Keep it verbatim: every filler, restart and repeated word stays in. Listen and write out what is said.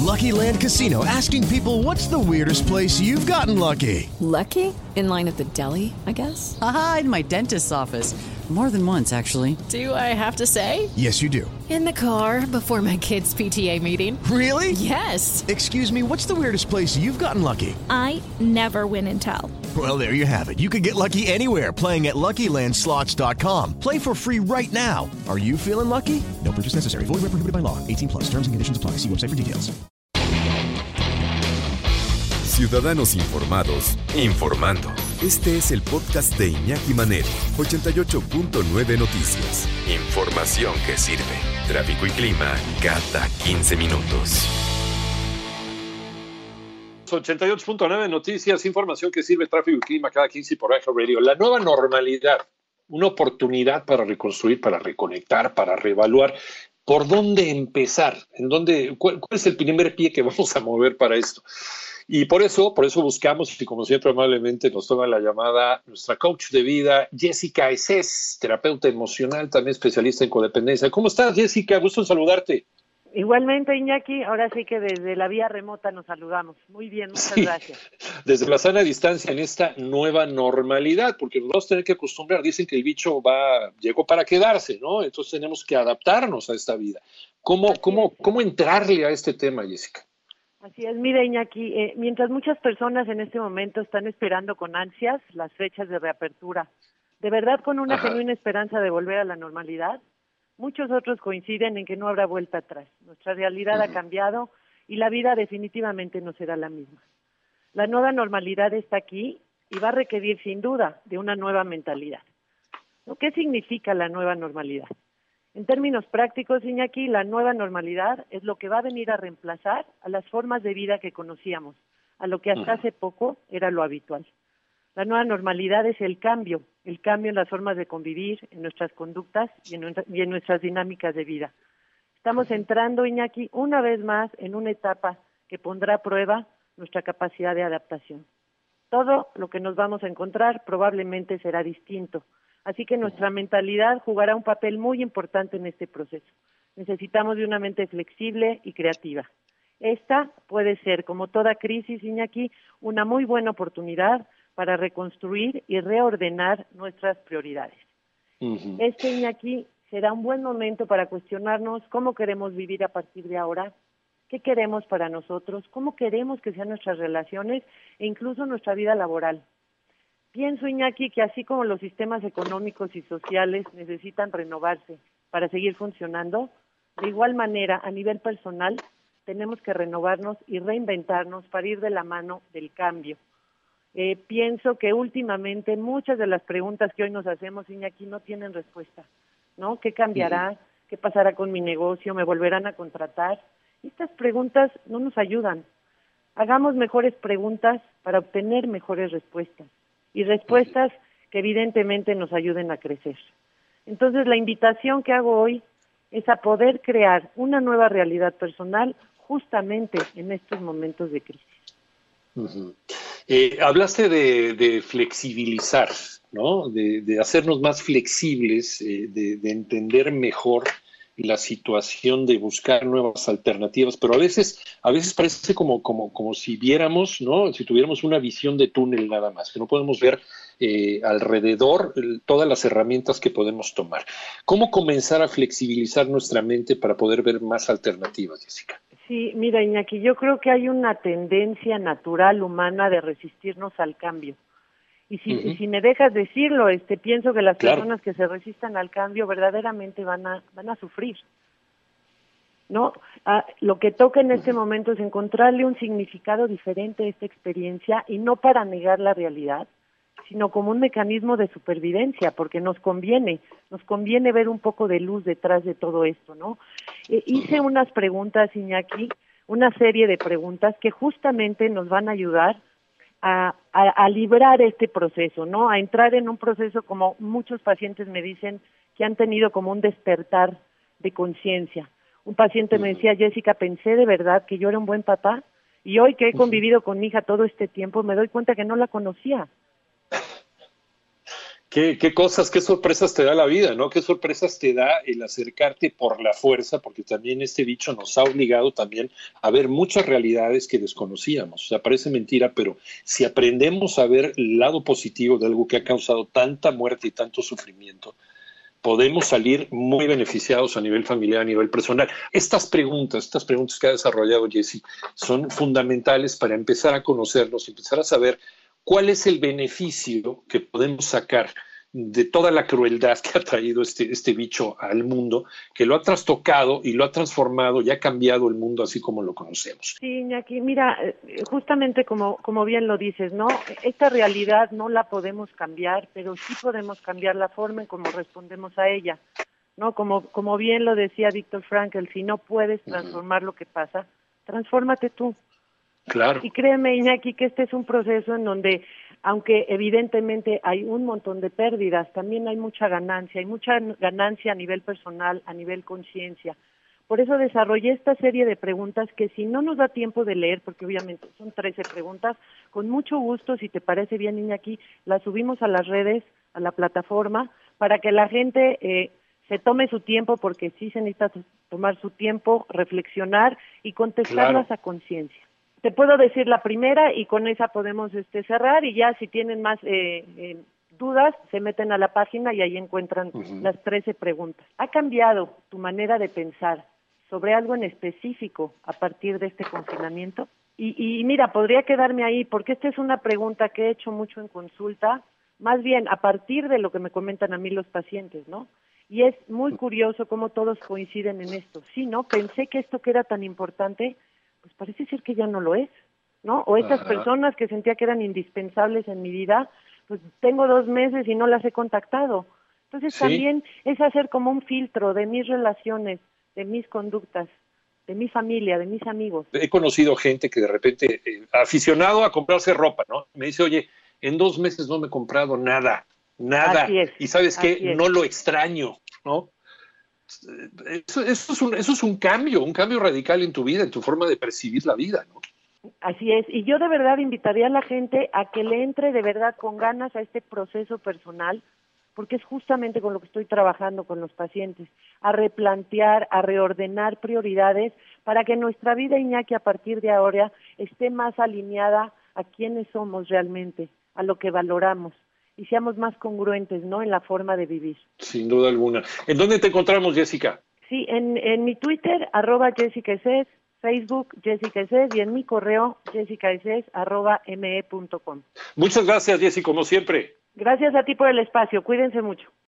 Lucky Land Casino, asking people, what's the weirdest place you've gotten lucky? Lucky? In line at the deli, I guess? Aha, in my dentist's office. More than once, actually. Do I have to say? Yes, you do. In the car before my kids' P T A meeting. Really? Yes. Excuse me, what's the weirdest place you've gotten lucky? I never win and tell. Well, there you have it. You can get lucky anywhere, playing at Lucky Land Slots dot com. Play for free right now. Are you feeling lucky? No purchase necessary. Void where prohibited by law. eighteen plus. Terms and conditions apply. See website for details. Ciudadanos informados, informando. Este es el podcast de Iñaki Manero, ochenta y ocho punto nueve Noticias. Información que sirve. Tráfico y clima cada quince minutos. ochenta y ocho punto nueve Noticias, información que sirve, tráfico y clima cada quince por Eje Radio. La nueva normalidad, una oportunidad para reconstruir, para reconectar, para reevaluar. ¿Por dónde empezar? ¿En dónde, cuál, cuál es el primer pie que vamos a mover para esto? Y por eso, por eso buscamos, y como siempre amablemente nos toma la llamada nuestra coach de vida, Jessica Eses, terapeuta emocional, también especialista en codependencia. ¿Cómo estás, Jessica? Gusto en saludarte. Igualmente, Iñaki, ahora sí que desde la vía remota nos saludamos. Muy bien, muchas Sí, gracias. desde la sana distancia en esta nueva normalidad, porque nos vamos a tener que acostumbrar. Dicen que el bicho va, llegó para quedarse, ¿no? Entonces tenemos que adaptarnos a esta vida. ¿Cómo, cómo, cómo entrarle a este tema, Jessica? Así es, mira, Iñaki, eh, mientras muchas personas en este momento están esperando con ansias las fechas de reapertura, de verdad con una Ajá. genuina esperanza de volver a la normalidad, muchos otros coinciden en que no habrá vuelta atrás. Nuestra realidad ha cambiado y la vida definitivamente no será la misma. La nueva normalidad está aquí y va a requerir sin duda de una nueva mentalidad. ¿No? ¿Qué significa la nueva normalidad? En términos prácticos, Iñaki, la nueva normalidad es lo que va a venir a reemplazar a las formas de vida que conocíamos, a lo que hasta hace poco era lo habitual. La nueva normalidad es el cambio, el cambio en las formas de convivir, en nuestras conductas y en, nuestra, y en nuestras dinámicas de vida. Estamos entrando, Iñaki, una vez más en una etapa que pondrá a prueba nuestra capacidad de adaptación. Todo lo que nos vamos a encontrar probablemente será distinto. Así que nuestra mentalidad jugará un papel muy importante en este proceso. Necesitamos de una mente flexible y creativa. Esta puede ser, como toda crisis, Iñaki, una muy buena oportunidad para reconstruir y reordenar nuestras prioridades. Uh-huh. Este, Iñaki, será un buen momento para cuestionarnos cómo queremos vivir a partir de ahora, qué queremos para nosotros, cómo queremos que sean nuestras relaciones e incluso nuestra vida laboral. Pienso, Iñaki, que así como los sistemas económicos y sociales necesitan renovarse para seguir funcionando, de igual manera, a nivel personal, tenemos que renovarnos y reinventarnos para ir de la mano del cambio. Eh, pienso que últimamente muchas de las preguntas que hoy nos hacemos, Iñaki, no tienen respuesta, ¿no? ¿Qué cambiará? Uh-huh. ¿Qué pasará con mi negocio? ¿Me volverán a contratar? Estas preguntas no nos ayudan. Hagamos mejores preguntas para obtener mejores respuestas. Y respuestas que evidentemente nos ayuden a crecer. Entonces, la invitación que hago hoy es a poder crear una nueva realidad personal justamente en estos momentos de crisis. Uh-huh. Eh, hablaste de, de flexibilizar, ¿no? De, de hacernos más flexibles, eh, de, de entender mejor la situación, de buscar nuevas alternativas, pero a veces, a veces parece como, como, como si viéramos, ¿no? Si tuviéramos una visión de túnel nada más, que no podemos ver eh, alrededor el, todas las herramientas que podemos tomar. ¿Cómo comenzar a flexibilizar nuestra mente para poder ver más alternativas, Jessica? Sí, mira, Iñaki, yo creo que hay una tendencia natural humana de resistirnos al cambio. Y si, uh-huh. y si me dejas decirlo, este, pienso que las claro. personas que se resistan al cambio verdaderamente van a, van a sufrir, ¿no? Ah, lo que toca en este uh-huh. momento es encontrarle un significado diferente a esta experiencia y no para negar la realidad, sino como un mecanismo de supervivencia, porque nos conviene, nos conviene ver un poco de luz detrás de todo esto, ¿no? Eh, hice unas preguntas, Iñaki, una serie de preguntas que justamente nos van a ayudar A, a, a librar este proceso, ¿no? A entrar en un proceso como muchos pacientes me dicen que han tenido como un despertar de conciencia. Un paciente uh-huh. me decía, Jessica, pensé de verdad que yo era un buen papá y hoy que he convivido uh-huh. con mi hija todo este tiempo me doy cuenta que no la conocía. ¿Qué, qué cosas, qué sorpresas te da la vida, ¿no? ¿Qué sorpresas te da el acercarte por la fuerza? Porque también este bicho nos ha obligado también a ver muchas realidades que desconocíamos. O sea, parece mentira, pero si aprendemos a ver el lado positivo de algo que ha causado tanta muerte y tanto sufrimiento, podemos salir muy beneficiados a nivel familiar, a nivel personal. Estas preguntas, estas preguntas que ha desarrollado Jessy, son fundamentales para empezar a conocernos, empezar a saber cuál es el beneficio que podemos sacar de toda la crueldad que ha traído este, este bicho al mundo, que lo ha trastocado y lo ha transformado y ha cambiado el mundo así como lo conocemos. Sí, Iñaki, mira, justamente como, como bien lo dices, ¿no? Esta realidad no la podemos cambiar, pero sí podemos cambiar la forma en cómo respondemos a ella, ¿no? Como, como bien lo decía Viktor Frankl, si no puedes transformar uh-huh. lo que pasa, transfórmate tú. Claro. Y créeme, Iñaki, que este es un proceso en donde, aunque evidentemente hay un montón de pérdidas, también hay mucha ganancia, hay mucha ganancia a nivel personal, a nivel conciencia. Por eso desarrollé esta serie de preguntas que si no nos da tiempo de leer, porque obviamente son trece preguntas, con mucho gusto, si te parece bien, Iñaki, las subimos a las redes, a la plataforma, para que la gente eh, se tome su tiempo, porque sí se necesita tomar su tiempo, reflexionar y contestarlas claro. a conciencia. Te puedo decir la primera y con esa podemos este, cerrar, y ya si tienen más eh, eh, dudas, se meten a la página y ahí encuentran uh-huh. las trece preguntas. ¿Ha cambiado tu manera de pensar sobre algo en específico a partir de este confinamiento? Y, y mira, podría quedarme ahí porque esta es una pregunta que he hecho mucho en consulta, más bien a partir de lo que me comentan a mí los pacientes, ¿no? Y es muy curioso cómo todos coinciden en esto. Sí, ¿no? Pensé que esto que era tan importante, pues parece ser que ya no lo es, ¿no? O estas Ajá. personas que sentía que eran indispensables en mi vida, pues tengo dos meses y no las he contactado. Entonces sí. también es hacer como un filtro de mis relaciones, de mis conductas, de mi familia, de mis amigos. He conocido gente que de repente, eh, aficionado a comprarse ropa, ¿no? Me dice, oye, en dos meses no me he comprado nada, nada. Así es, y ¿sabes qué? es. No lo extraño, ¿no? Eso, eso, es un, eso es un cambio, un cambio radical en tu vida, en tu forma de percibir la vida, ¿no? Así es, y yo de verdad invitaría a la gente a que le entre de verdad con ganas a este proceso personal, porque es justamente con lo que estoy trabajando con los pacientes, a replantear, a reordenar prioridades para que nuestra vida, Iñaki, a partir de ahora esté más alineada a quiénes somos realmente, a lo que valoramos, y seamos más congruentes, ¿no?, en la forma de vivir. Sin duda alguna. ¿En dónde te encontramos, Jessica? Sí, en, en mi Twitter, arroba Jessica Eses, Facebook, Jessica Eses, y en mi correo, jessicaeses, arroba me punto com. Muchas gracias, Jessy, como siempre. Gracias a ti por el espacio. Cuídense mucho.